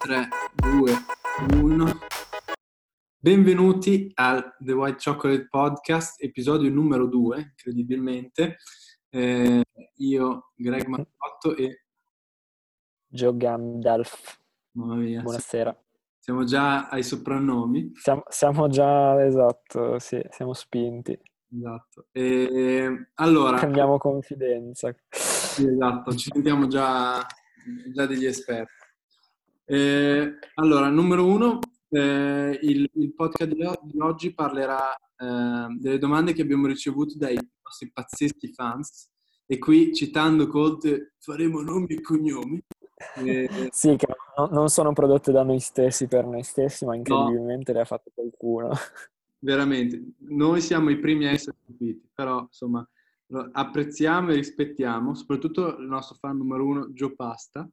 3, 2, 1. Benvenuti al The White Chocolate Podcast, episodio numero 2, incredibilmente. Io, Greg Marcotto e Joe Gandalf. mamma mia, Buonasera. siamo già ai soprannomi. Siamo già, esatto, sì, siamo spinti. Esatto. Allora, Prendiamo confidenza. esatto, ci sentiamo già degli esperti. Allora, numero 1, il podcast di oggi parlerà delle domande che abbiamo ricevuto dai nostri pazzeschi fans, e qui, citando Colt, faremo nomi e cognomi. Sì, che non sono prodotte da noi stessi per noi stessi, ma No, incredibilmente le ha fatte qualcuno. veramente, noi siamo i primi a essere stupiti, però insomma apprezziamo e rispettiamo soprattutto il nostro fan numero 1, Joe Pasta,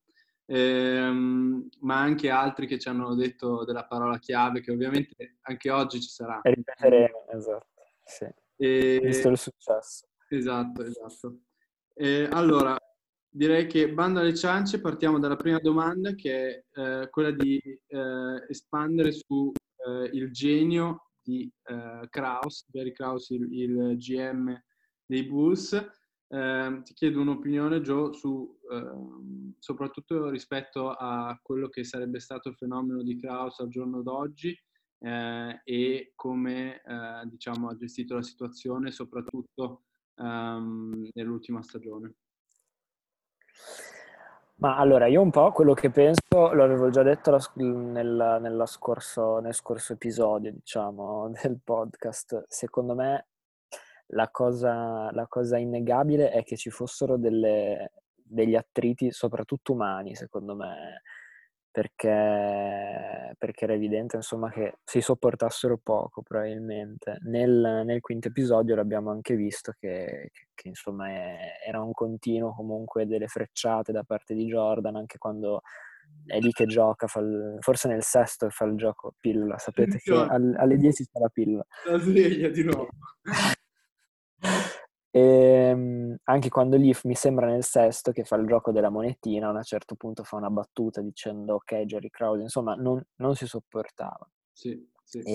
ma anche altri che ci hanno detto della parola chiave, che ovviamente anche oggi ci sarà. E ripeteremo, esatto, sì. Visto il successo. Esatto. Allora, direi che bando alle ciance, partiamo dalla prima domanda, che è quella di espandere su il genio di Krause, Jerry Krause, il GM dei Bulls. Ti chiedo un'opinione, Joe, soprattutto rispetto a quello che sarebbe stato il fenomeno di Krause al giorno d'oggi, e come diciamo ha gestito la situazione, soprattutto nell'ultima stagione. Ma allora, io un po' quello che penso, lo avevo già detto nel scorso episodio, diciamo, del podcast. Secondo me la cosa innegabile è che ci fossero degli attriti, soprattutto umani, secondo me, perché era evidente, insomma, che si sopportassero poco, probabilmente. Nel quinto episodio l'abbiamo anche visto che insomma era un continuo comunque delle frecciate da parte di Jordan, anche quando è lì che gioca, forse nel sesto fa il gioco pillola, sapete che alle 10 c'è la pillola. La sveglia di nuovo. E anche quando lì mi sembra nel sesto che fa il gioco della monetina, a un certo punto fa una battuta dicendo ok, Jerry Krause, insomma non si sopportava. Sì.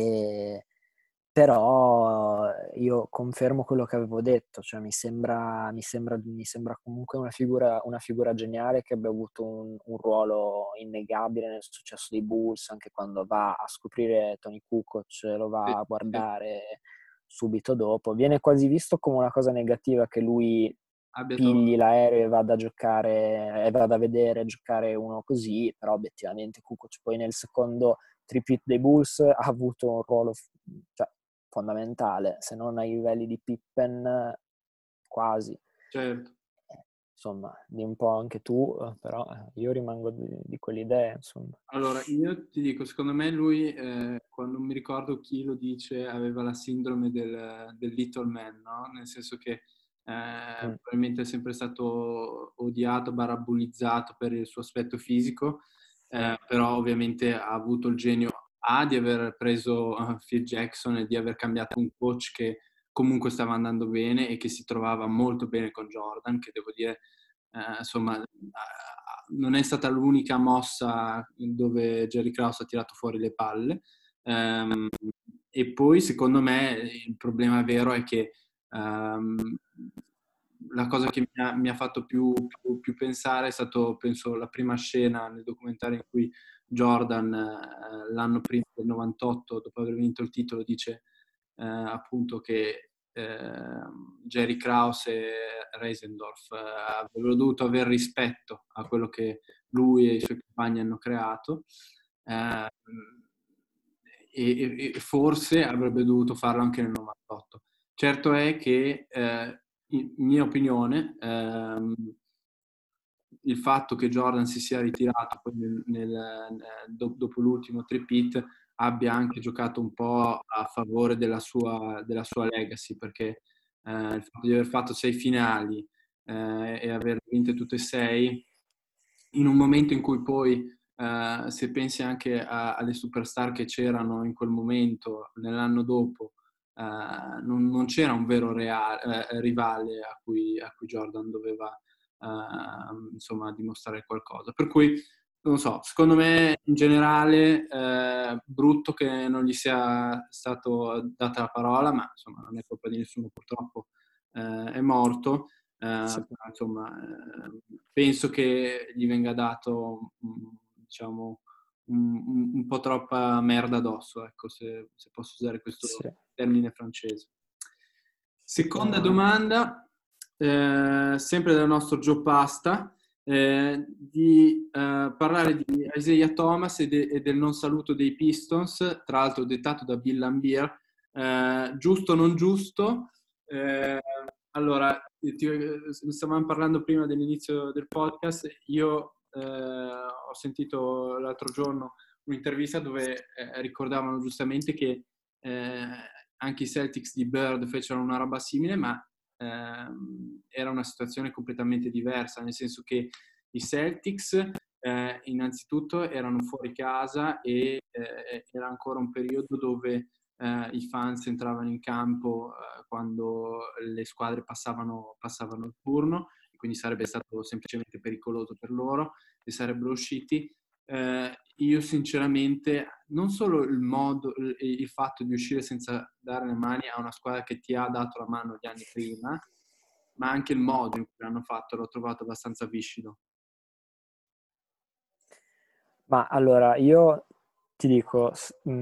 Però io confermo quello che avevo detto, cioè mi sembra comunque una figura geniale, che abbia avuto un ruolo innegabile nel successo dei Bulls, anche quando va a scoprire Tony Kukoc, lo va a guardare subito dopo. Viene quasi visto come una cosa negativa che lui pigli l'aereo e vada a giocare e vada a vedere giocare uno così, però obiettivamente Kukoc poi nel secondo tripit dei Bulls ha avuto un ruolo fondamentale, se non ai livelli di Pippen, quasi. Certo. Insomma, di un po' anche tu, però io rimango di quell'idea, insomma. Allora, io ti dico, secondo me lui, quando non mi ricordo chi lo dice, aveva la sindrome del little man, no? Nel senso che probabilmente è sempre stato odiato, bullizzato per il suo aspetto fisico, però ovviamente ha avuto il genio di aver preso Phil Jackson e di aver cambiato un coach che comunque stava andando bene e che si trovava molto bene con Jordan, che devo dire, insomma, non è stata l'unica mossa dove Jerry Krause ha tirato fuori le palle. E poi, secondo me, il problema vero è che la cosa che mi ha fatto più pensare è stato, penso, la prima scena nel documentario in cui Jordan, l'anno prima del 98, dopo aver vinto il titolo, dice appunto che Jerry Krause e Reisendorf avrebbero dovuto avere rispetto a quello che lui e i suoi compagni hanno creato, e forse avrebbe dovuto farlo anche nel 98. Certo è che, in mia opinione, il fatto che Jordan si sia ritirato poi dopo l'ultimo three-peat abbia anche giocato un po' a favore della sua legacy, perché il fatto di aver fatto 6 finali e aver vinto tutte e 6 in un momento in cui poi, se pensi anche alle superstar che c'erano in quel momento, nell'anno dopo, non c'era un vero rivale a cui Jordan doveva insomma dimostrare qualcosa. Per cui non so, secondo me in generale brutto che non gli sia stato data la parola, ma insomma non è colpa di nessuno purtroppo, è morto. Sì. Però, insomma, penso che gli venga dato, diciamo, un po' troppa merda addosso, ecco, se posso usare questo Sì, termine francese. Seconda sicuramente. domanda, sempre del nostro Joe Pasta, di parlare di Isaiah Thomas e del non saluto dei Pistons, tra l'altro dettato da Bill Laimbeer. Giusto o non giusto? Allora, stavamo parlando prima dell'inizio del podcast. Io ho sentito l'altro giorno un'intervista dove ricordavano giustamente che anche i Celtics di Bird fecero una roba simile, ma era una situazione completamente diversa, nel senso che i Celtics innanzitutto erano fuori casa e era ancora un periodo dove i fans entravano in campo quando le squadre passavano il turno, e quindi sarebbe stato semplicemente pericoloso per loro e sarebbero usciti. Io sinceramente, non solo il fatto di uscire senza dare le mani a una squadra che ti ha dato la mano gli anni prima, ma anche il modo in cui l'hanno fatto l'ho trovato abbastanza viscido. Ma allora, io ti dico,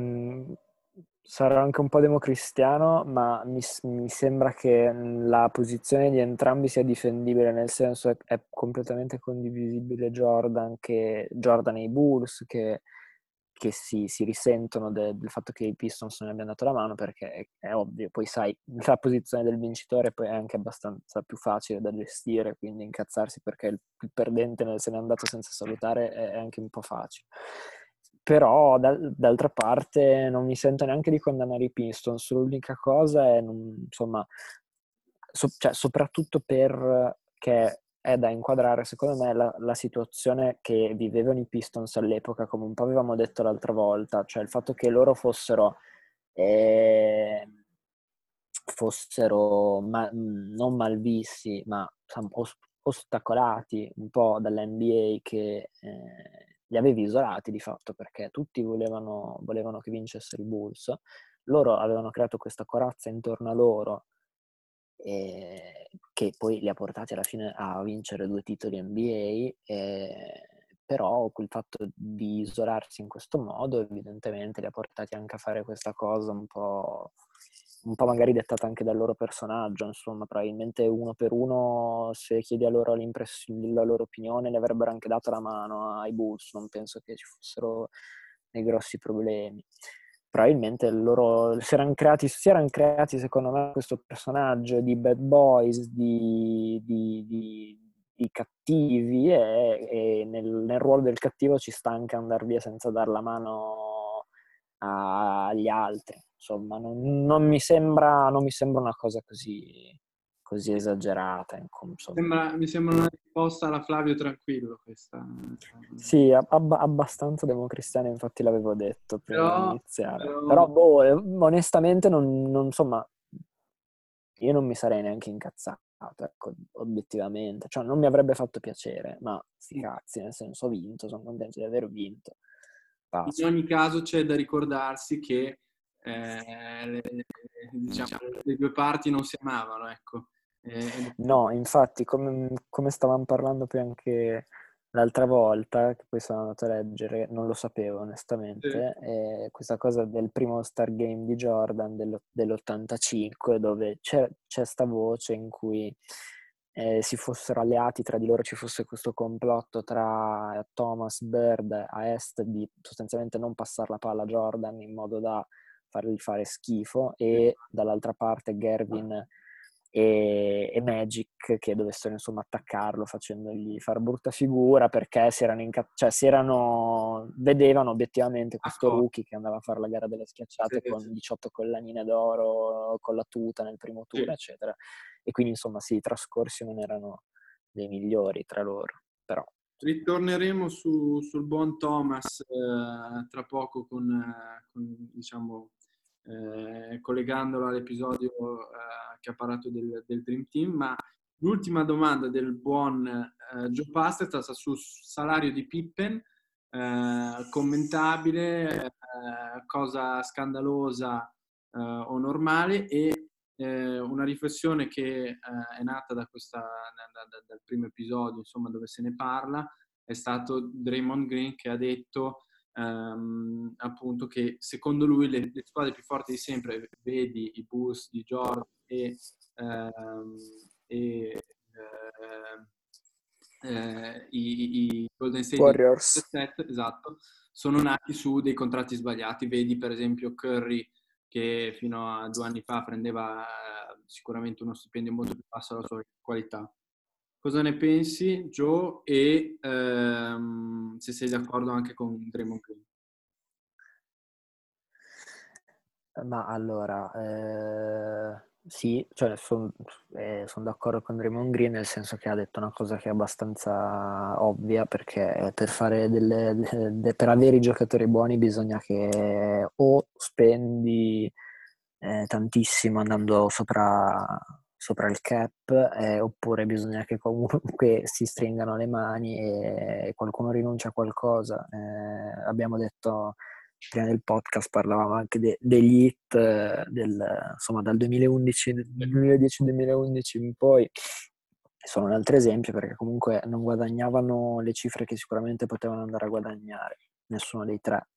sarò anche un po' democristiano, ma mi sembra che la posizione di entrambi sia difendibile, nel senso è completamente condivisibile Jordan e i Bulls che si risentono del fatto che i Pistons non ne abbiano dato la mano, perché è ovvio, poi sai, la posizione del vincitore poi è anche abbastanza più facile da gestire, quindi incazzarsi perché il perdente se n'è andato senza salutare è anche un po' facile. Però d'altra parte non mi sento neanche di condannare i Pistons, l'unica cosa è, insomma, cioè, soprattutto perché è da inquadrare, secondo me, la situazione che vivevano i Pistons all'epoca, come un po' avevamo detto l'altra volta, cioè il fatto che loro eh, non malvisti, ma insomma, ostacolati un po' dall'NBA che li avevi isolati di fatto perché tutti volevano che vincessero i Bulls. Loro avevano creato questa corazza intorno a loro che poi li ha portati alla fine a vincere 2 titoli NBA, però quel fatto di isolarsi in questo modo evidentemente li ha portati anche a fare questa cosa un po' magari dettata anche dal loro personaggio, insomma, probabilmente uno per uno, se chiedi a loro la loro opinione, le avrebbero anche dato la mano ai Bulls, non penso che ci fossero dei grossi problemi. Probabilmente loro si erano creati secondo me questo personaggio di bad boys, di cattivi e nel ruolo del cattivo ci sta anche andare via senza dar la mano agli altri. Insomma, non mi sembra una cosa così esagerata. Insomma. Mi sembra una risposta alla Flavio Tranquillo questa. Sì, abbastanza democristiana, infatti l'avevo detto prima di Però, iniziare. però Però, onestamente, insomma, io non mi sarei neanche incazzato, ecco, obiettivamente. Cioè, non mi avrebbe fatto piacere, ma sti cazzi, nel senso, ho vinto, sono contento di aver vinto. in Basta. ogni caso c'è da ricordarsi che diciamo, le due parti non si amavano, ecco. No, infatti, come stavamo parlando poi anche l'altra volta, che poi sono andato a leggere, non lo sapevo Sì. onestamente, questa cosa del primo Star Game di Jordan dell'85, dove c'è sta voce in cui si fossero alleati tra di loro, ci fosse questo complotto tra Thomas Bird a est di sostanzialmente non passare la palla a Jordan in modo da fargli fare schifo, e dall'altra parte Gervin e Magic che dovessero insomma attaccarlo facendogli fare brutta figura perché vedevano obiettivamente questo D'accordo. rookie che andava a fare la gara delle Sì, schiacciate sì, con 18 collanine d'oro, con la tuta nel primo sì. turno, eccetera. E quindi insomma sì, i trascorsi non erano dei migliori tra loro, però Ritorneremo sul buon Thomas tra poco diciamo, collegandolo all'episodio che ha parlato del Dream Team, ma l'ultima domanda del buon Joe Pasta è stata sul salario di Pippen. commentabile, cosa scandalosa o normale, e una riflessione che è nata dal primo episodio, insomma, dove se ne parla, è stato Draymond Green che ha detto appunto che secondo lui le squadre più forti di sempre, vedi i Bulls di Jordan e i Golden State Warriors. esatto, sono nati su dei contratti sbagliati. Vedi per esempio Curry, che fino a 2 anni fa prendeva sicuramente uno stipendio molto più basso alla sua qualità. Cosa ne pensi, Joe? E se sei d'accordo anche con Draymond Green? Ma allora, sì, cioè sono d'accordo con Draymond Green, nel senso che ha detto una cosa che è abbastanza ovvia, perché per fare per avere i giocatori buoni bisogna che o spendi tantissimo andando sopra il cap, oppure bisogna che comunque si stringano le mani e qualcuno rinuncia a qualcosa. Abbiamo detto prima del podcast, parlavamo anche degli hit insomma dal 2010-2011 in poi. Sono un altro esempio, perché comunque non guadagnavano le cifre che sicuramente potevano andare a guadagnare, nessuno dei tre.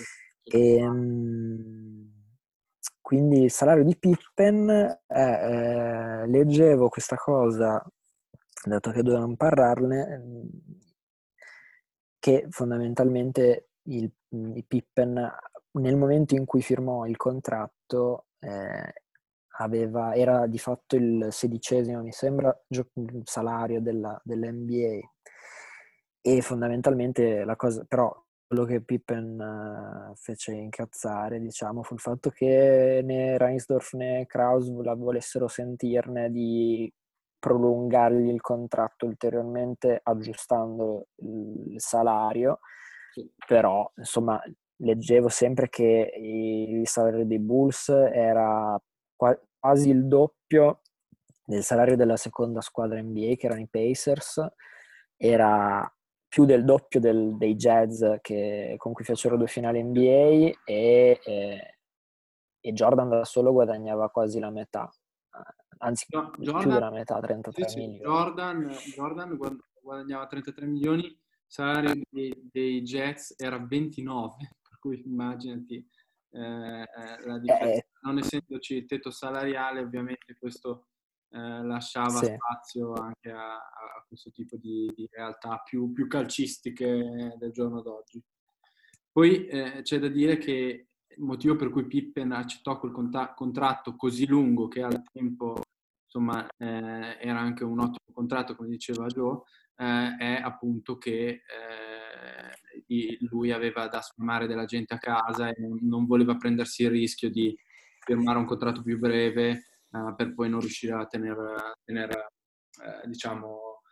Quindi il salario di Pippen, leggevo questa cosa, dato che dovevamo parlarne, che fondamentalmente il Pippen, nel momento in cui firmò il contratto, era di fatto il 16° mi sembra salario dell'NBA, e fondamentalmente la cosa, però quello che Pippen fece incazzare, diciamo, fu il fatto che né Reinsdorf né Kraus volessero sentirne di prolungargli il contratto ulteriormente aggiustando il salario. Però insomma leggevo sempre che il salario dei Bulls era quasi il doppio del salario della seconda squadra NBA, che erano i Pacers, era più del doppio dei Jazz con cui fecero 2 finali NBA, e Jordan da solo guadagnava quasi la metà, anzi più Jordan, della metà, sì, 33 sì, milioni. Jordan guadagnava 33 milioni, il salario dei Jets era 29, per cui immaginati la differenza. Eh, Non essendoci il tetto salariale, ovviamente questo lasciava sì. spazio anche a questo tipo di realtà più calcistiche del giorno d'oggi. Poi c'è da dire che il motivo per cui Pippen accettò quel contratto così lungo, che al tempo insomma era anche un ottimo contratto, come diceva Joe, è appunto che lui aveva da sfamare della gente a casa e non voleva prendersi il rischio di firmare un contratto più breve per poi non riuscire diciamo,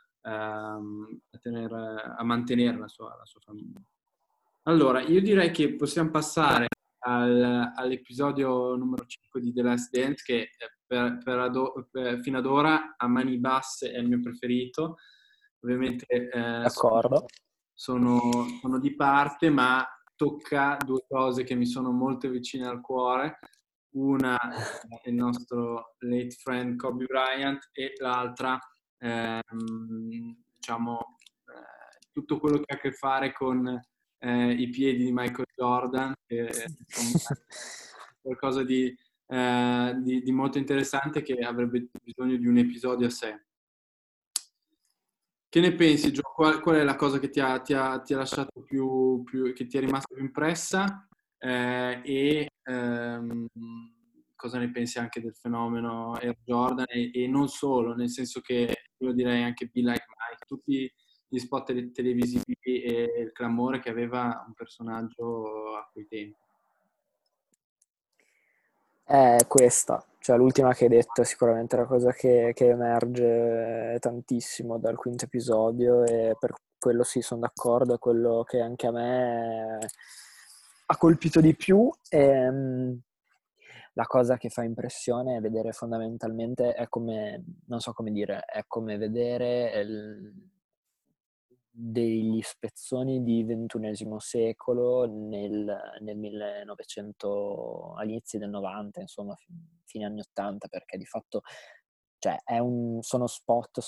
a mantenere la sua famiglia. Allora, io direi che possiamo passare all'episodio numero 5 di The Last Dance, che fino ad ora a mani basse è il mio preferito. Ovviamente D'accordo. sono di parte, ma tocca 2 cose che mi sono molto vicine al cuore. Una è il nostro late friend Kobe Bryant, e l'altra diciamo tutto quello che ha a che fare con i piedi di Michael Jordan, che insomma, è qualcosa di molto interessante, che avrebbe bisogno di un episodio a sé. Che ne pensi, Gio? Qual è la cosa che ti ha lasciato che ti è rimasta più impressa? Cosa ne pensi anche del fenomeno Air Jordan, e non solo, nel senso che io direi anche Be Like Mike, tutti gli spot televisivi e il clamore che aveva un personaggio a quei tempi. È questa, cioè l'ultima che hai detto è sicuramente la cosa che emerge tantissimo dal quinto episodio, e per quello sì, sono d'accordo, è quello che anche a me ha colpito di più. La cosa che fa impressione è vedere fondamentalmente, è come, non so come dire, è come vedere degli spezzoni di XXI secolo nel 1900, agli inizi del 90, insomma, fine anni 80, perché di fatto, cioè, sono spot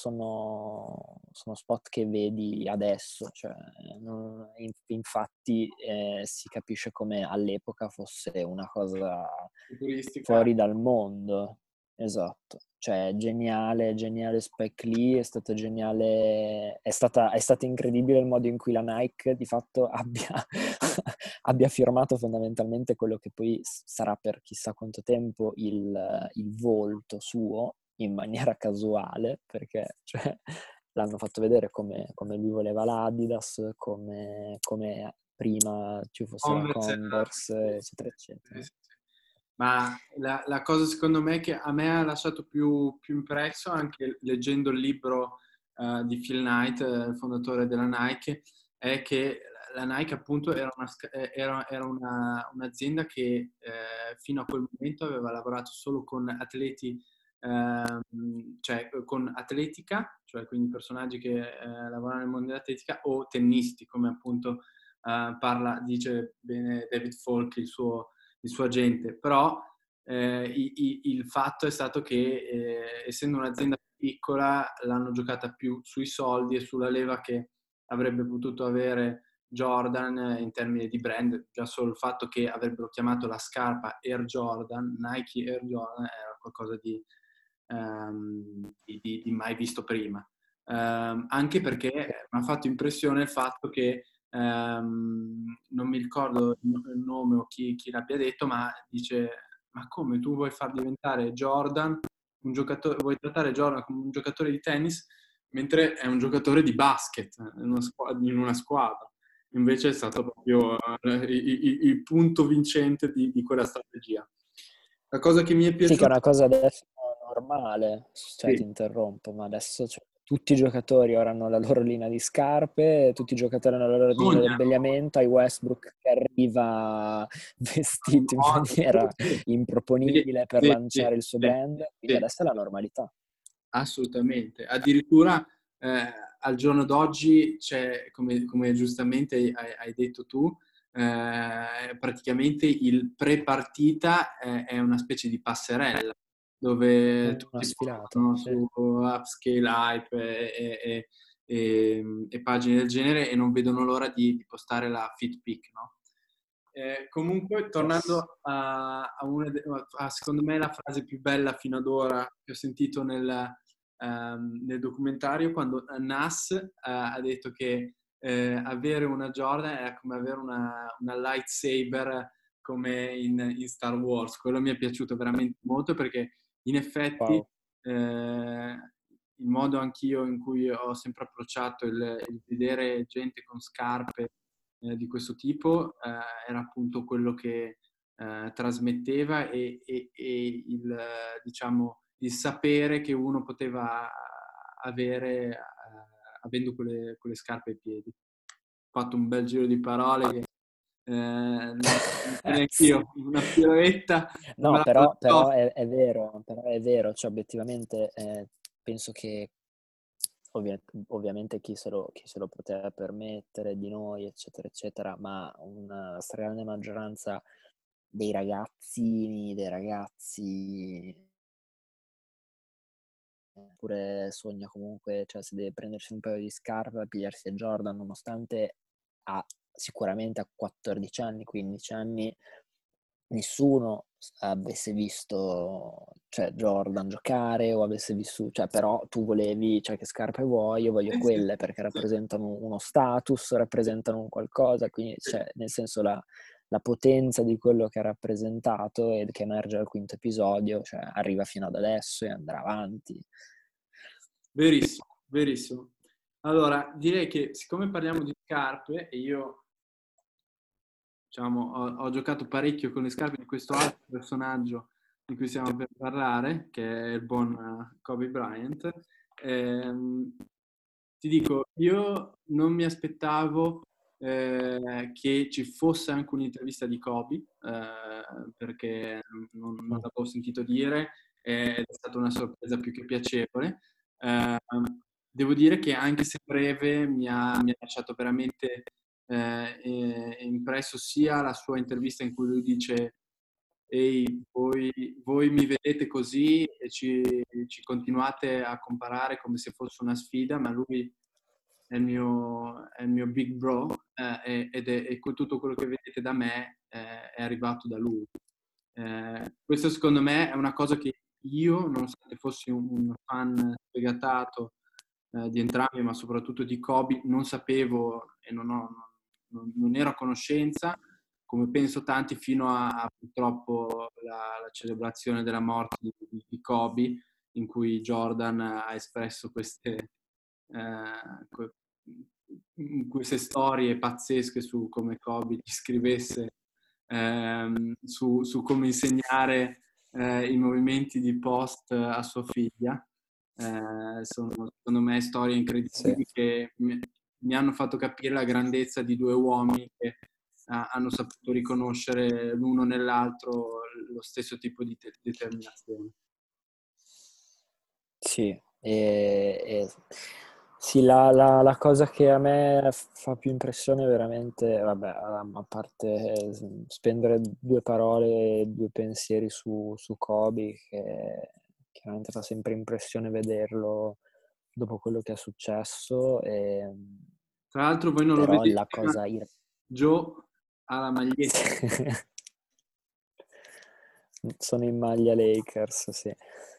che vedi adesso, cioè, infatti si capisce come all'epoca fosse una cosa Futuristica. fuori dal mondo. Esatto, cioè geniale Spike Lee, è stato geniale, è stato incredibile il modo in cui la Nike di fatto abbia firmato fondamentalmente quello che poi sarà per chissà quanto tempo il volto suo, in maniera casuale, perché cioè, l'hanno fatto vedere come lui voleva l'Adidas, come prima ci fosse la Converse, eccetera, eccetera. Sì. Ma la cosa secondo me che a me ha lasciato più impresso, anche leggendo il libro di Phil Knight, il fondatore della Nike, è che la Nike appunto era un'azienda che fino a quel momento aveva lavorato solo con atleti, cioè con atletica, cioè quindi personaggi che lavorano nel mondo dell'atletica, o tennisti, come appunto dice bene David Falk, il suo agente. Però il fatto è stato che essendo un'azienda piccola l'hanno giocata più sui soldi e sulla leva che avrebbe potuto avere Jordan in termini di brand. Già solo il fatto che avrebbero chiamato la scarpa Air Jordan, Nike Air Jordan, era qualcosa di mai visto prima. Anche perché mi ha fatto impressione il fatto che non mi ricordo il nome o chi l'abbia detto, ma dice: ma come tu vuoi far diventare Jordan un giocatore, vuoi trattare Jordan come un giocatore di tennis mentre è un giocatore di basket in una squadra? Invece è stato proprio il punto vincente di quella strategia. La cosa che mi è Sì, che è piaciuta... una cosa adesso normale, cioè ti Sì, interrompo, ma adesso cioè, tutti i giocatori ora hanno la loro linea di scarpe, tutti i giocatori hanno la loro linea di sognano. abbigliamento, hai Westbrook che arriva vestito in maniera Sì, improponibile per sì, lanciare sì, il suo sì, brand, quindi sì. adesso è la normalità. Assolutamente. Addirittura al giorno d'oggi c'è, come giustamente hai detto tu, praticamente il pre-partita è una specie di passerella È dove una tutti sfilata, postano sì. su Upscale Hype e pagine del genere e non vedono l'ora di postare la fit pic, no? Comunque, Yes. tornando secondo me la frase più bella fino ad ora che ho sentito nel documentario, quando Nas ha detto che avere una Jordan era come avere una lightsaber come in Star Wars. Quello mi è piaciuto veramente molto perché in effetti Wow. il modo anch'io in cui ho sempre approcciato il vedere gente con scarpe di questo tipo era appunto quello che trasmetteva e diciamo, il sapere che uno poteva avere avendo quelle scarpe ai piedi. Ho fatto un bel giro di parole che non Sì. neanch'io, una piroetta No, sembrava però però è vero, cioè obiettivamente penso che ovviamente chi se lo poteva permettere di noi, eccetera, eccetera, ma una stragrande maggioranza dei ragazzi, pure sogna comunque, cioè se deve prendersi un paio di scarpe, pigliarsi a Jordan, nonostante sicuramente a 14 anni, 15 anni, nessuno avesse visto, cioè, Jordan giocare o avesse visto, cioè, però tu volevi, cioè, che scarpe vuoi? Io voglio sì, sì, quelle perché rappresentano uno status, rappresentano un qualcosa, quindi, sì. cioè, nel senso la potenza di quello che ha rappresentato e che emerge dal quinto episodio, cioè, arriva fino ad adesso e andrà avanti. Verissimo, verissimo. Allora, direi che siccome parliamo di scarpe e io diciamo, ho giocato parecchio con le scarpe di questo altro personaggio di cui stiamo per parlare, che è il buon Kobe Bryant. Ehm, Ti dico, io non mi aspettavo che ci fosse anche un'intervista di Kobe, perché non l'avevo sentito dire ed è stata una sorpresa più che piacevole. devo dire che anche se breve mi ha lasciato veramente impresso sia la sua intervista in cui lui dice: ehi, voi mi vedete così e ci continuate a comparare come se fosse una sfida, ma lui è il mio big bro, e tutto quello che vedete da me è arrivato da lui. Questo secondo me è una cosa che io, nonostante fossi un fan sfegatato di entrambi, ma soprattutto di Kobe, non sapevo e non ero a conoscenza, come penso tanti, fino a purtroppo la celebrazione della morte di Kobe, in cui Jordan ha espresso eh, queste storie pazzesche su come Kobe ti scrivesse, su come insegnare i movimenti di post a sua figlia. Sono secondo me storie incredibili, Sì. che mi hanno fatto capire la grandezza di due uomini che hanno saputo riconoscere l'uno nell'altro lo stesso tipo di determinazione. Sì, sì, la cosa che a me fa più impressione è veramente, vabbè, a parte spendere due parole, due pensieri su Kobe, che chiaramente fa sempre impressione vederlo dopo quello che è successo, Tra l'altro voi non lo però vedete, la ma cosa... Joe ha la maglietta. Sono in maglia Lakers, sì.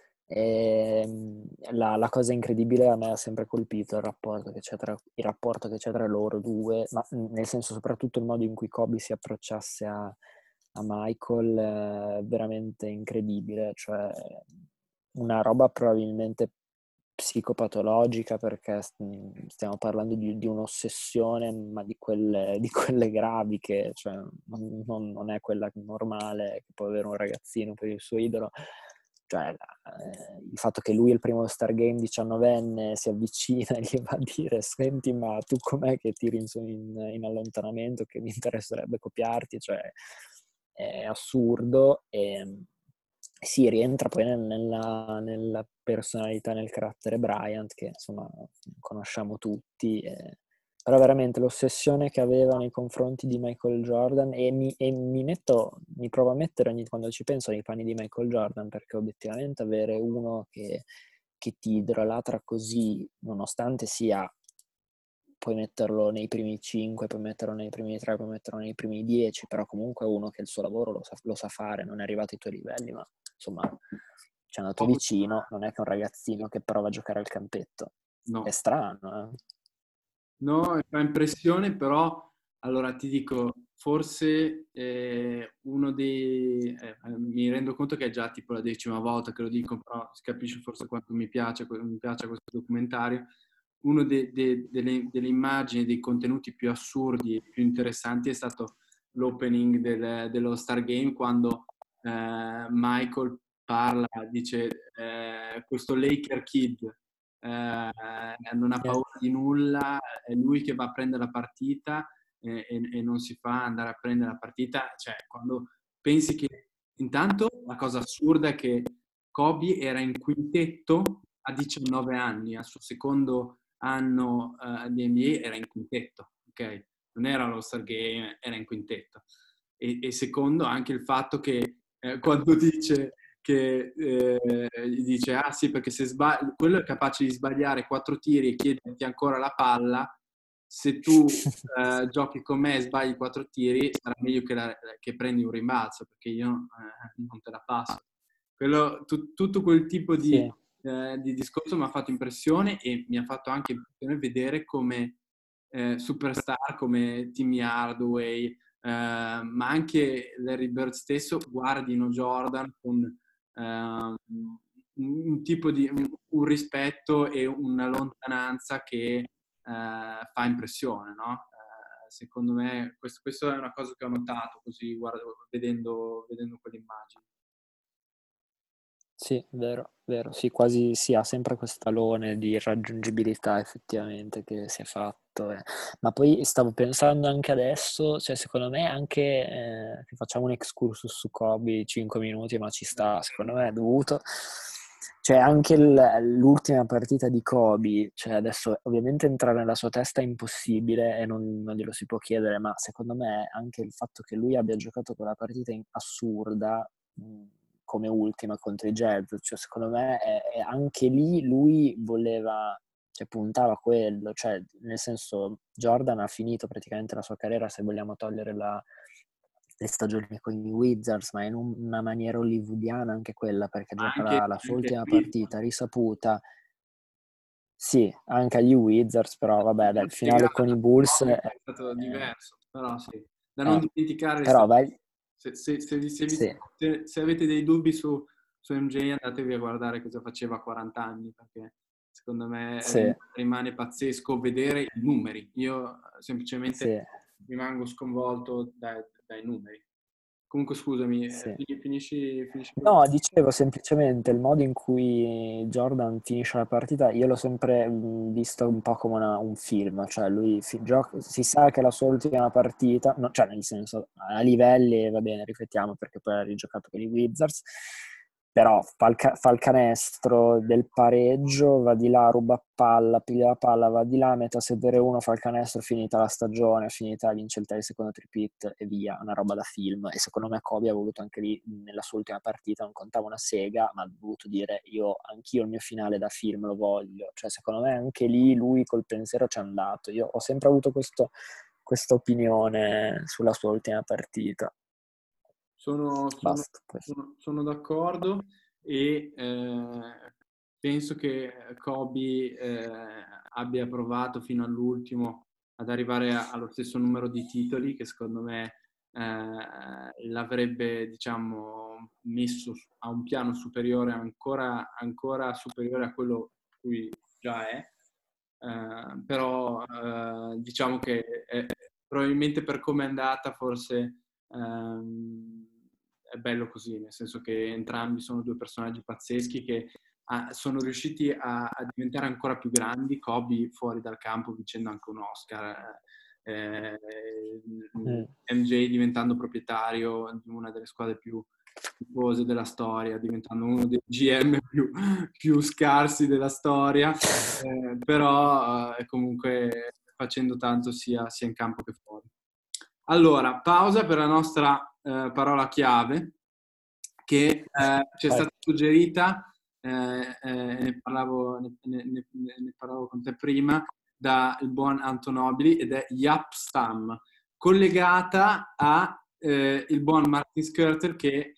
La cosa incredibile a me ha sempre colpito il rapporto che c'è tra loro due, ma nel senso soprattutto il modo in cui Kobe si approcciasse a Michael, veramente incredibile, cioè una roba probabilmente psicopatologica, perché stiamo parlando di un'ossessione, ma di quelle gravi, che cioè, non è quella normale che può avere un ragazzino per il suo idolo. Cioè, il fatto che lui è il primo Star Game 19enne si avvicina e gli va a dire: senti, ma tu com'è che tiri in allontanamento, che mi interesserebbe copiarti, cioè è assurdo. E sì, rientra poi nella personalità, nel carattere Bryant, che insomma conosciamo tutti, però veramente l'ossessione che aveva nei confronti di Michael Jordan, mi provo a mettere quando ci penso nei panni di Michael Jordan, perché obiettivamente avere uno che ti idolatra così, nonostante sia, puoi metterlo nei primi 5, puoi metterlo nei primi 3, puoi metterlo nei primi 10, però comunque uno che il suo lavoro lo sa fare, non è arrivato ai tuoi livelli, ma insomma ci è andato vicino, non è che un ragazzino che prova a giocare al campetto. È No, strano, eh? no, fa impressione, però allora ti dico, forse mi rendo conto che è già tipo la 10ª volta che lo dico, però si capisce forse quanto mi piace questo documentario. Uno delle immagini, dei contenuti più assurdi e più interessanti è stato l'opening dello Star Game, quando Michael parla, dice questo Laker Kid non ha paura di nulla, è lui che va a prendere la partita e non si fa andare a prendere la partita. Cioè, quando pensi che intanto la cosa assurda è che Kobe era in quintetto a 19 anni, al suo secondo anno di NBA era in quintetto, ok? Non era allo Star Game, era in quintetto. E secondo anche il fatto che quando dice che gli dice ah sì, perché se quello è capace di sbagliare 4 tiri e chiederti ancora la palla, se tu giochi con me e sbagli 4 tiri sarà meglio che prendi un rimbalzo, perché io non te la passo. Tutto quel tipo Sì. di discorso mi ha fatto impressione, e mi ha fatto anche impressione vedere come superstar come Timmy Hardaway, ma anche Larry Bird stesso, guardino Jordan con un tipo di un rispetto e una lontananza che fa impressione, no? Secondo me questo è una cosa che ho notato così vedendo quelle immagini. Sì, vero, vero. Sì, quasi sì, ha sempre questo alone di irraggiungibilità effettivamente che si è fatto. Ma poi stavo pensando anche adesso, cioè secondo me anche che facciamo un excursus su Kobe 5 minuti, ma ci sta, secondo me è dovuto. Cioè anche l'ultima partita di Kobe, cioè adesso ovviamente entrare nella sua testa è impossibile e non glielo si può chiedere, ma secondo me anche il fatto che lui abbia giocato quella partita assurda come ultima contro i Jazz, cioè secondo me è anche lì lui voleva, cioè puntava a quello, cioè nel senso Jordan ha finito praticamente la sua carriera, se vogliamo togliere le stagioni con i Wizards, ma in una maniera hollywoodiana anche quella, perché gioca la sua Anche ultima partita risaputa. Sì, anche agli Wizards, però vabbè, dai, il finale con i Bulls è stato diverso, però sì. Da non eh, dimenticare, però vai, sì, se avete dei dubbi su MJ, andatevi a guardare cosa faceva a 40 anni, perché secondo me sì, rimane pazzesco vedere i numeri. Io semplicemente sì, rimango sconvolto dai numeri. Comunque scusami, sì. finisci quello. No, dicevo semplicemente il modo in cui Jordan finisce la partita, io l'ho sempre visto un po' come un film, cioè lui si sa che è la sua ultima partita, no, cioè nel senso a livelli, va bene, riflettiamo perché poi ha rigiocato con i Wizards, però fa il canestro del pareggio, va di là, ruba palla, piglia la palla, va di là, mette a sedere uno, fa il canestro, finita la stagione, finita, vince il secondo tripit e via, una roba da film. E secondo me Kobe ha voluto anche lì, nella sua ultima partita, non contava una sega, ma ha voluto dire anch'io il mio finale da film lo voglio. Cioè secondo me anche lì lui col pensiero ci è andato. Io ho sempre avuto questa opinione sulla sua ultima partita. Basta. Sono d'accordo e penso che Kobe abbia provato fino all'ultimo ad arrivare allo stesso numero di titoli che secondo me l'avrebbe, diciamo, messo a un piano superiore, ancora superiore a quello cui già è. Però diciamo che probabilmente per come è andata forse è bello così, nel senso che entrambi sono due personaggi pazzeschi che sono riusciti a diventare ancora più grandi. Kobe fuori dal campo vincendo anche un Oscar, MJ diventando proprietario di una delle squadre più tifose della storia, diventando uno dei GM più scarsi della storia, però comunque facendo tanto sia in campo che fuori. Allora, pausa per la nostra parola chiave che ci è stata suggerita, ne parlavo con te prima, dal buon Antonobili ed è Yapstam, collegata a il buon Martin Skirtle che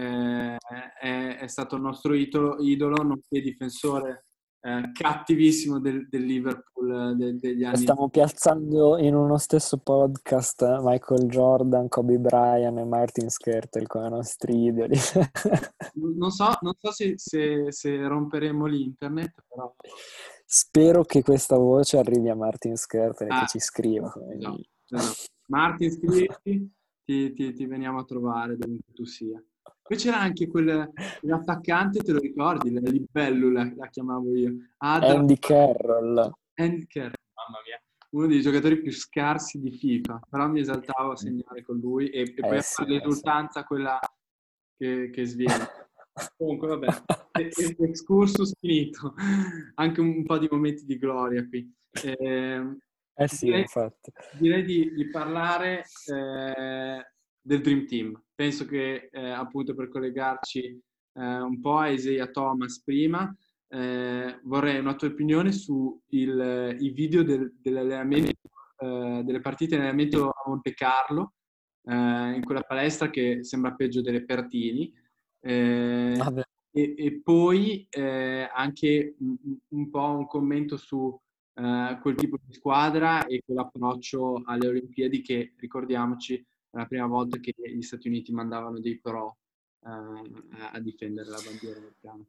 è stato il nostro idolo nonché difensore cattivissimo del Liverpool degli anni. Stiamo piazzando in uno stesso podcast Michael Jordan, Kobe Bryant e Martin Skrtel come nostri idoli. Non so se romperemo l'internet, però... Spero che questa voce arrivi a Martin Skrtel e che ci scriva. Esatto. Martin, scriviti, ti veniamo a trovare dovunque tu sia. Poi c'era anche l'attaccante, te lo ricordi? Il libello la chiamavo io. Andy Carroll. Andy Carroll, mamma mia, uno dei giocatori più scarsi di FIFA, però mi esaltavo a segnare con lui e poi a Sì, fare l'esultanza quella che sviene. Comunque vabbè, excursus finito, anche un po' di momenti di gloria qui. Sì, infatti. Direi di parlare del Dream Team. Penso che appunto per collegarci un po' a Isaiah Thomas prima, vorrei una tua opinione su i video dell'allenamento, delle partite in allenamento a Monte Carlo, in quella palestra che sembra peggio delle Pertini. Vabbè. E poi anche un po' un commento su quel tipo di squadra e quell'approccio alle Olimpiadi che, ricordiamoci, è la prima volta che gli Stati Uniti mandavano dei pro a difendere la bandiera americana.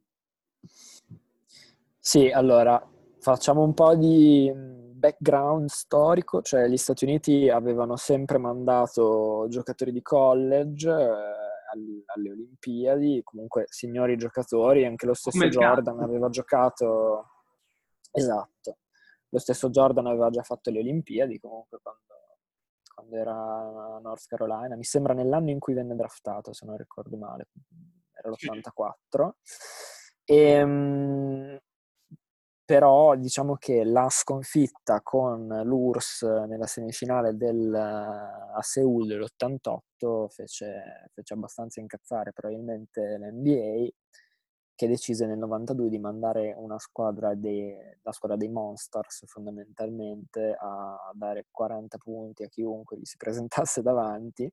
Sì, allora, facciamo un po' di background storico, cioè gli Stati Uniti avevano sempre mandato giocatori di college alle Olimpiadi, comunque signori giocatori, anche lo Come stesso il calcio. Jordan aveva giocato, esatto, lo stesso Jordan aveva già fatto le Olimpiadi comunque quando era a North Carolina, mi sembra nell'anno in cui venne draftato, se non ricordo male, era l'84. Però diciamo che la sconfitta con l'URSS nella semifinale a Seul dell'88 fece abbastanza incazzare probabilmente l'NBA, che decise nel 92 di mandare la squadra dei Monsters fondamentalmente a dare 40 punti a chiunque gli si presentasse davanti,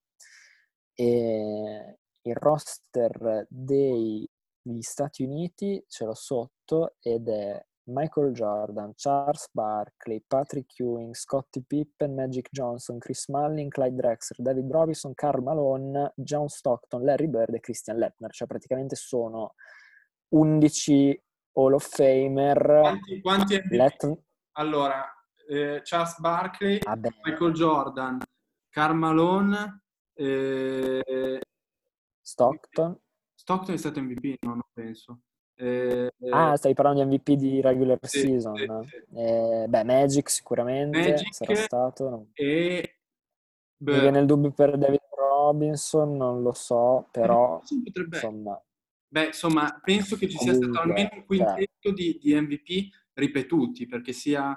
e il roster degli Stati Uniti ce l'ho sotto ed è Michael Jordan, Charles Barkley, Patrick Ewing, Scottie Pippen, Magic Johnson, Chris Mullin, Clyde Drexler, David Robinson, Karl Malone, John Stockton, Larry Bird e Christian Laettner. Cioè praticamente sono 11 Hall of Famer. Quanti MVP? Allora, Charles Barkley, Michael Jordan, Karl Malone, Stockton è stato MVP? No, non penso. stai parlando di MVP di regular season? Sì. Magic sicuramente sarà stato. Mi viene il dubbio per David Robinson, non lo so, però insomma... Beh, insomma, penso che ci sia stato almeno un quintetto di MVP ripetuti, perché sia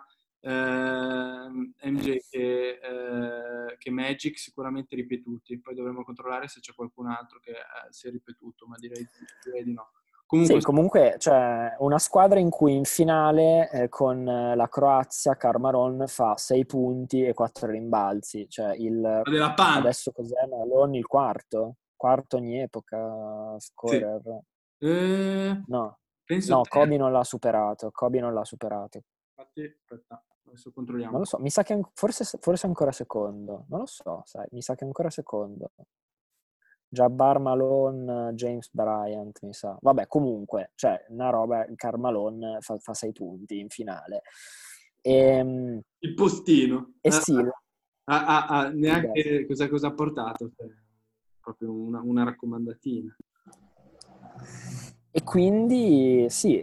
MJ che Magic sicuramente ripetuti. Poi dovremo controllare se c'è qualcun altro che si è ripetuto, ma direi di no. Comunque c'è una squadra in cui in finale con la Croazia Karl fa 6 punti e 4 rimbalzi. Cioè adesso cos'è? Malone il quarto ogni epoca scorer. Sì. No, Kobe non l'ha superato. Infatti, aspetta, adesso controlliamo. Non lo so, mi sa che forse ancora secondo. Non lo so, sai, mi sa che ancora secondo. Jabbar Malone, James Bryant, mi sa. Vabbè, comunque, cioè, una roba, Karl Malone fa 6 punti in finale. Il postino. Sì. Neanche cosa ha portato. Proprio una raccomandatina. E quindi, sì,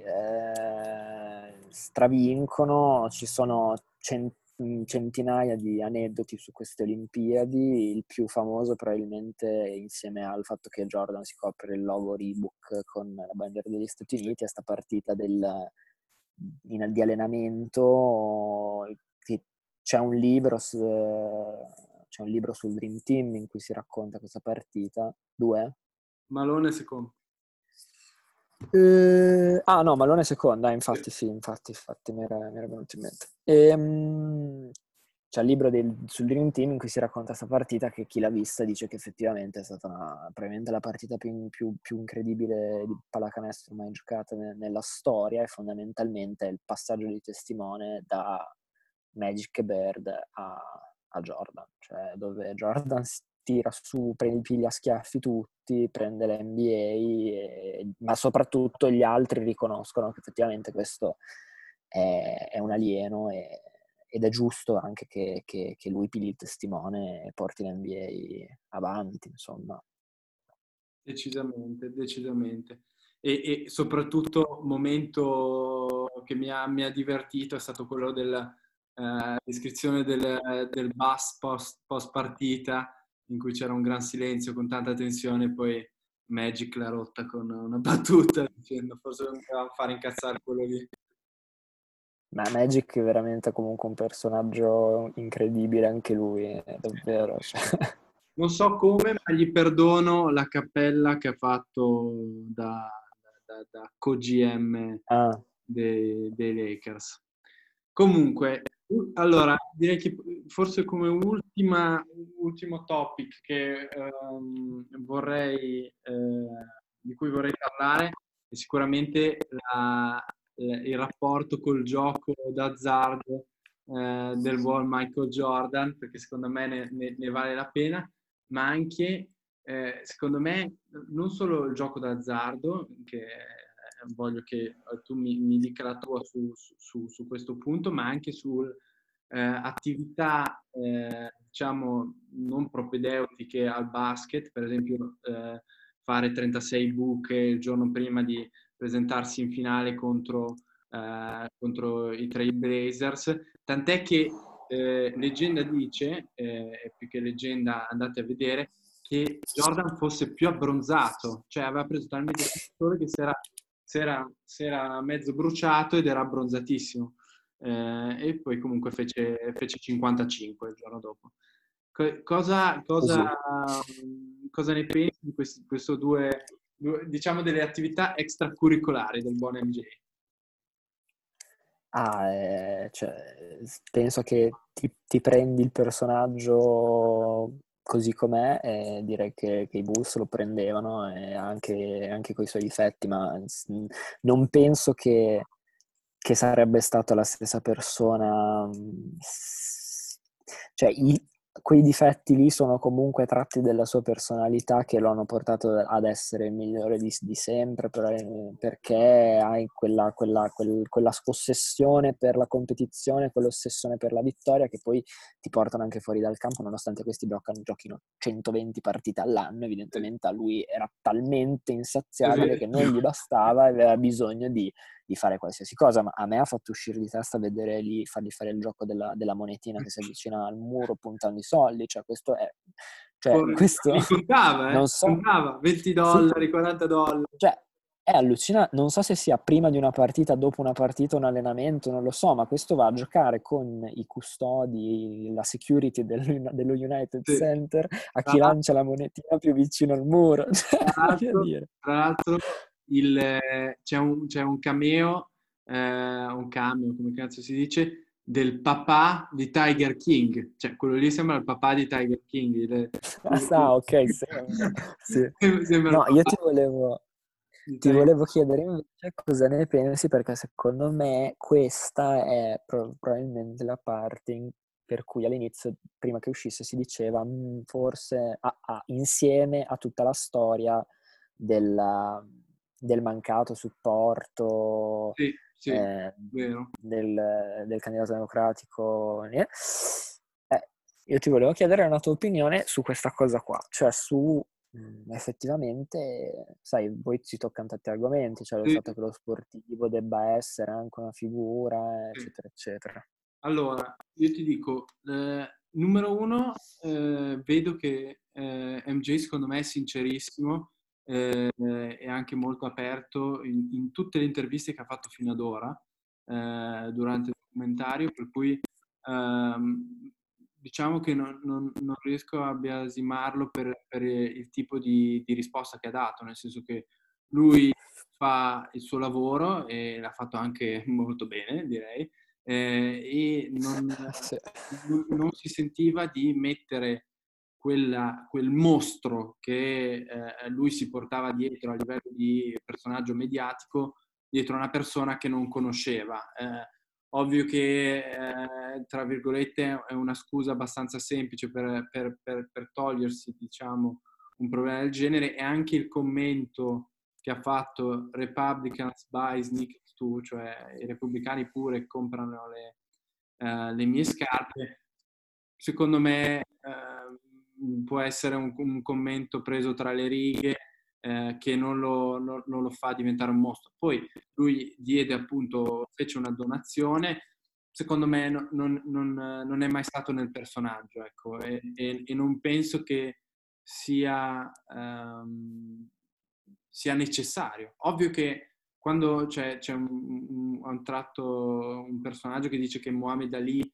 stravincono, ci sono centinaia di aneddoti su queste Olimpiadi. Il più famoso probabilmente, insieme al fatto che Jordan si copre il logo Reebok con la bandiera degli Stati Uniti, è sta partita di allenamento. C'è un libro sul Dream Team in cui si racconta questa partita. 2? Malone secondo. No, Malone seconda, infatti mi era venuto in mente. C'è il libro sul Dream Team in cui si racconta questa partita, che chi l'ha vista dice che effettivamente è stata probabilmente la partita più incredibile di pallacanestro mai giocata nella storia, e fondamentalmente è il passaggio di testimone da Magic e Bird a Jordan, cioè dove Jordan tira su, piglia a schiaffi tutti, prende l'NBA, ma soprattutto gli altri riconoscono che effettivamente questo è un alieno, ed è giusto anche che lui pigli il testimone e porti l'NBA avanti, insomma. Decisamente. E soprattutto momento che mi ha divertito è stato quello della descrizione del bus post partita, in cui c'era un gran silenzio con tanta tensione, poi Magic l'ha rotta con una battuta dicendo forse non poteva fare incazzare quello lì. Ma Magic è veramente comunque un personaggio incredibile anche lui, davvero. Non so come, ma gli perdono la cappella che ha fatto da co-GM dei Lakers. Comunque, allora, direi che forse come ultimo topic che di cui vorrei parlare è sicuramente il rapporto col gioco d'azzardo del buon Michael Jordan, perché secondo me ne vale la pena, ma anche, secondo me, non solo il gioco d'azzardo, che voglio che tu mi dica la tua su questo punto, ma anche su attività, diciamo, non propedeutiche al basket, per esempio fare 36 buche il giorno prima di presentarsi in finale contro i Trail Blazers, tant'è che leggenda dice, più che leggenda andate a vedere, che Jordan fosse più abbronzato, cioè aveva preso talmente tanto sole che si si era mezzo bruciato ed era abbronzatissimo. E poi comunque fece 55 il giorno dopo. Cosa Così. ne pensi di questo diciamo, delle attività extracurricolari del buon MJ? Cioè, penso che ti prendi il personaggio così com'è e direi che i Bulls lo prendevano e anche coi suoi difetti, ma non penso che sarebbe stata la stessa persona. Cioè, quei difetti lì sono comunque tratti della sua personalità che lo hanno portato ad essere il migliore di sempre, perché hai quella ossessione per la competizione, quell'ossessione per la vittoria che poi ti portano anche fuori dal campo, nonostante questi giochino 120 partite all'anno. Evidentemente a lui era talmente insaziabile che non gli bastava e aveva bisogno di fare qualsiasi cosa, ma a me ha fatto uscire di testa vedere fargli fare il gioco della monetina che si avvicina al muro puntando i soldi, cioè questo è, cioè questo Li contava, non so, contava sì, $20, $40. cioè è allucinante, non so se sia prima di una partita, dopo una partita, un allenamento, non lo so, ma questo va a giocare con i custodi, la security dello United Sì. Center, a Tra chi lancia la monetina più vicino al muro, cioè, voglio dire. tra l'altro c'è un cameo, come cazzo si dice, del papà di Tiger King. Cioè, quello lì sembra il papà di Tiger King. Ok, sembra. Sì. Sembra il No, io papà di ti Tiger volevo chiedere invece cosa ne pensi, perché secondo me questa è probabilmente la parte per cui all'inizio, prima che uscisse, si diceva forse insieme a tutta la storia del mancato supporto Sì, vero. del candidato democratico. Io ti volevo chiedere una tua opinione su questa cosa qua, cioè su effettivamente, sai, poi si toccano tanti argomenti, cioè lo Sì, fatto che lo sportivo debba essere anche una figura, sì. eccetera, eccetera. Allora, io ti dico, numero uno, vedo che MJ secondo me è sincerissimo, e anche molto aperto in tutte le interviste che ha fatto fino ad ora, durante il documentario, per cui diciamo che non riesco a biasimarlo per il tipo di risposta che ha dato, nel senso che lui fa il suo lavoro e l'ha fatto anche molto bene, direi, e Sì. non si sentiva di mettere quel mostro che lui si portava dietro a livello di personaggio mediatico dietro una persona che non conosceva. Ovvio che, tra virgolette, è una scusa abbastanza semplice per togliersi, diciamo, un problema del genere, e anche il commento che ha fatto Republicans buy sneakers too, cioè i repubblicani pure comprano le mie scarpe, secondo me può essere un commento preso tra le righe, che non lo fa diventare un mostro. Poi lui fece una donazione, secondo me non è mai stato nel personaggio, ecco, e non penso che sia necessario. Ovvio che quando c'è a un tratto un personaggio che dice che Muhammad Ali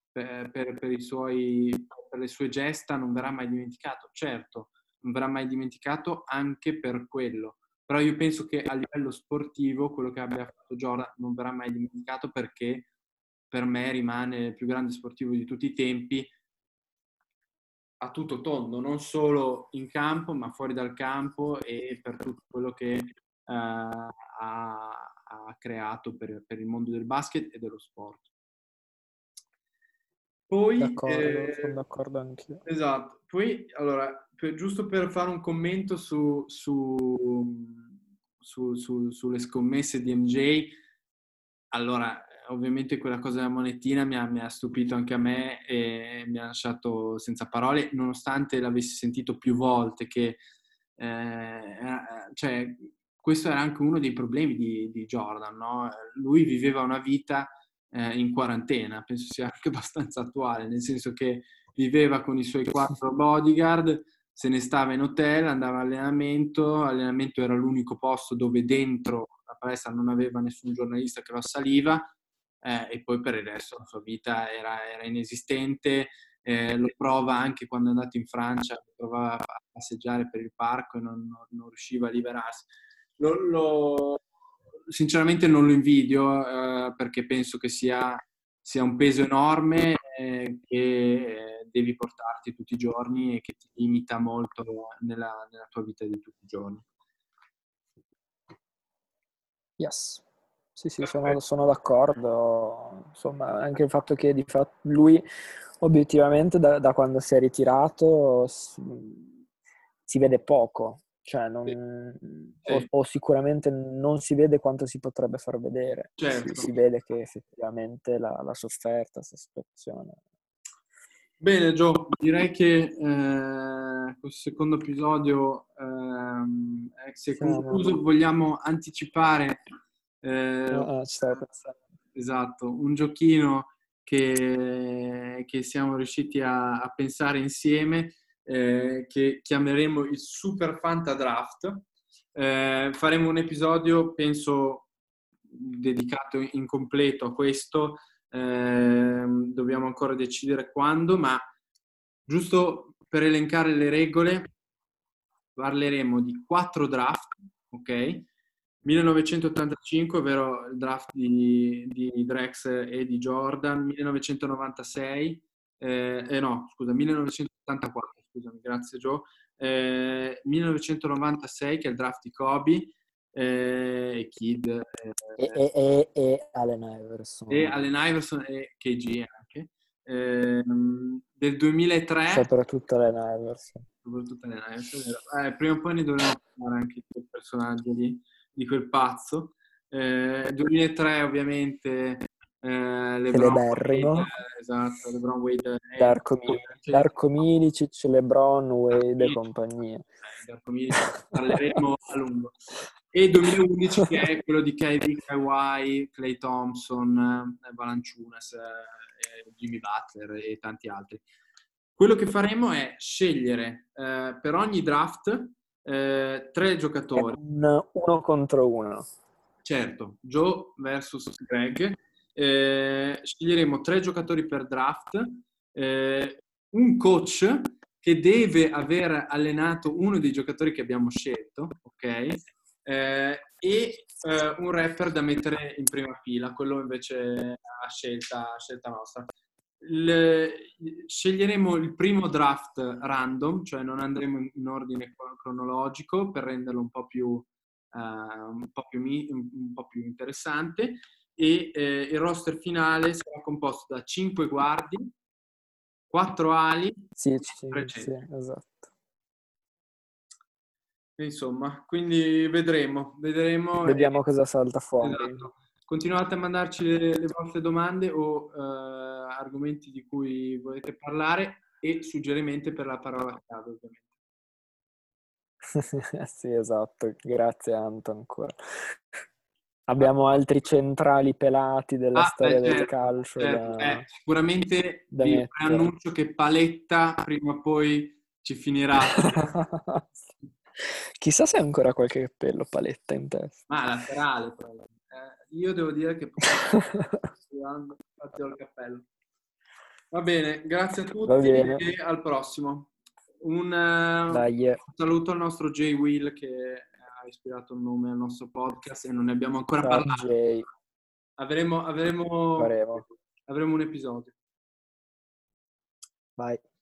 per le sue gesta non verrà mai dimenticato, certo, non verrà mai dimenticato anche per quello, però io penso che a livello sportivo quello che abbia fatto Jordan non verrà mai dimenticato, perché per me rimane il più grande sportivo di tutti i tempi a tutto tondo, non solo in campo ma fuori dal campo, e per tutto quello che ha creato per il mondo del basket e dello sport. Poi, D'accordo, sono d'accordo anch'io. esatto, poi allora, giusto per fare un commento sulle scommesse di MJ, allora, ovviamente quella cosa della monetina mi ha stupito anche a me e mi ha lasciato senza parole, nonostante l'avessi sentito più volte che, cioè, questo era anche uno dei problemi di Jordan, no? Lui viveva una vita in quarantena, penso sia anche abbastanza attuale, nel senso che viveva con i suoi 4 bodyguard, se ne stava in hotel, andava allenamento era l'unico posto dove dentro la palestra non aveva nessun giornalista che lo assaliva, e poi per il resto la sua vita era inesistente. Lo prova anche quando è andato in Francia, provava a passeggiare per il parco e non riusciva a liberarsi. Sinceramente non lo invidio, perché penso che sia un peso enorme, che devi portarti tutti i giorni e che ti limita molto nella tua vita di tutti i giorni. Yes. Sì, sono d'accordo. Insomma, anche il fatto che lui obiettivamente da quando si è ritirato si vede poco, cioè Sì. o sicuramente non si vede quanto si potrebbe far vedere. Certo. Si vede che effettivamente l'ha sofferta questa situazione. Bene Gio, direi che questo secondo episodio si è concluso. Vogliamo anticipare ci stavo pensando. Esatto, un giochino che siamo riusciti a pensare insieme, che chiameremo il Super Fanta Draft. Faremo un episodio, penso, dedicato in completo a questo. Dobbiamo ancora decidere quando, ma giusto per elencare le regole, parleremo di 4 draft, ok? 1985, ovvero il draft di Drex e di Jordan, 1996, 1984, scusami, grazie Joe, 1996 che è il draft di Kobe, e Kidd, e Allen Iverson. E Allen Iverson e KG anche. Del 2003. Soprattutto Allen Iverson. Prima o poi ne dovremo parlare anche di quel personaggio di quel pazzo. 2003 ovviamente LeBron Wade, esatto, LeBron Wade, Darko Milicic, LeBron Wade e compagnia. Darko Milicic, parleremo a lungo. E 2011 che è quello di Kawhi, Klay Thompson, Valanciunas, Jimmy Butler e tanti altri. Quello che faremo è scegliere per ogni draft 3 giocatori. Uno contro uno. Certo, Joe versus Greg. Sceglieremo 3 giocatori per draft, un coach che deve aver allenato uno dei giocatori che abbiamo scelto, ok? E un rapper da mettere in prima fila, quello invece a scelta nostra. Sceglieremo il primo draft random, cioè non andremo in ordine cronologico per renderlo un po' più interessante, e il roster finale sarà composto da 5 guardie, 4 ali, sì, 3 centri. Esatto. Insomma, quindi vedremo. Vediamo cosa salta fuori. Esatto. Continuate a mandarci le vostre domande o argomenti di cui volete parlare e suggerimenti per la parola chiave, ovviamente. Sì, esatto. Grazie Anton ancora. Abbiamo altri centrali pelati della storia del calcio. Certo. Sicuramente vi annuncio che Paletta prima o poi ci finirà. Chissà se ha ancora qualche cappello Paletta in testa. Ma laterale, però. Io devo dire che infatti ho il cappello. Va bene, grazie a tutti e al prossimo. Un saluto al nostro Jay Will che ha ispirato il nome al nostro podcast e non ne abbiamo ancora parlato. Jay. Avremo un episodio. Vai.